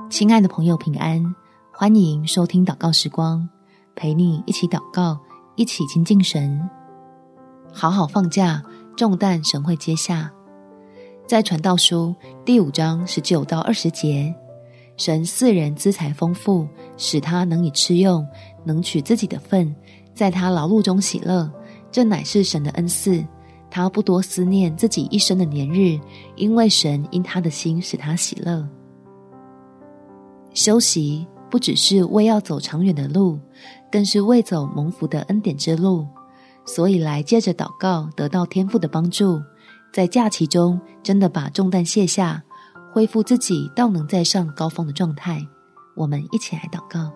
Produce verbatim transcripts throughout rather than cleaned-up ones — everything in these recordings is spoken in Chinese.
亲爱的朋友，平安，欢迎收听祷告时光，陪你一起祷告，一起亲近神。好好放假，重担神会接下。在传道书第五章十九到二十节，神赐人资财丰富，使他能以吃用，能取自己的份，在他劳碌中喜乐，这乃是神的恩赐。他不多思念自己一生的年日，因为神因他的心使他喜乐。休息不只是为要走长远的路，更是为走蒙福的恩典之路，所以来借着祷告得到天父的帮助，在假期中真的把重担卸下，恢复自己到能再上高峰的状态。我们一起来祷告。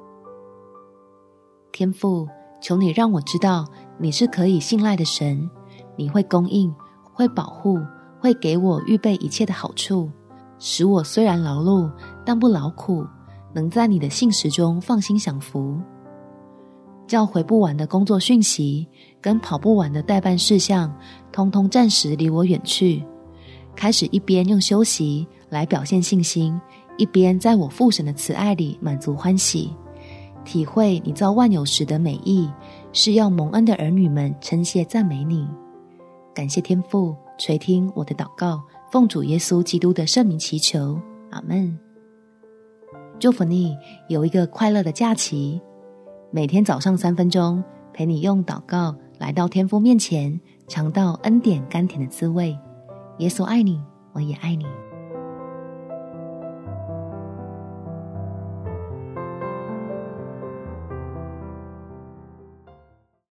天父，求你让我知道你是可以信赖的神，你会供应，会保护，会给我预备一切的好处，使我虽然劳碌，但不劳苦，能在你的信实中放心享福。叫回不完的工作讯息跟跑不完的待办事项，通通暂时离我远去，开始一边用休息来表现信心，一边在我父神的慈爱里满足欢喜，体会你造万有时的美意，是要蒙恩的儿女们称谢赞美你。感谢天父垂听我的祷告，奉主耶稣基督的圣名祈求，阿们。祝福你有一个快乐的假期，每天早上三分钟，陪你用祷告来到天父面前，尝到恩典甘甜的滋味。耶稣爱你，我也爱你。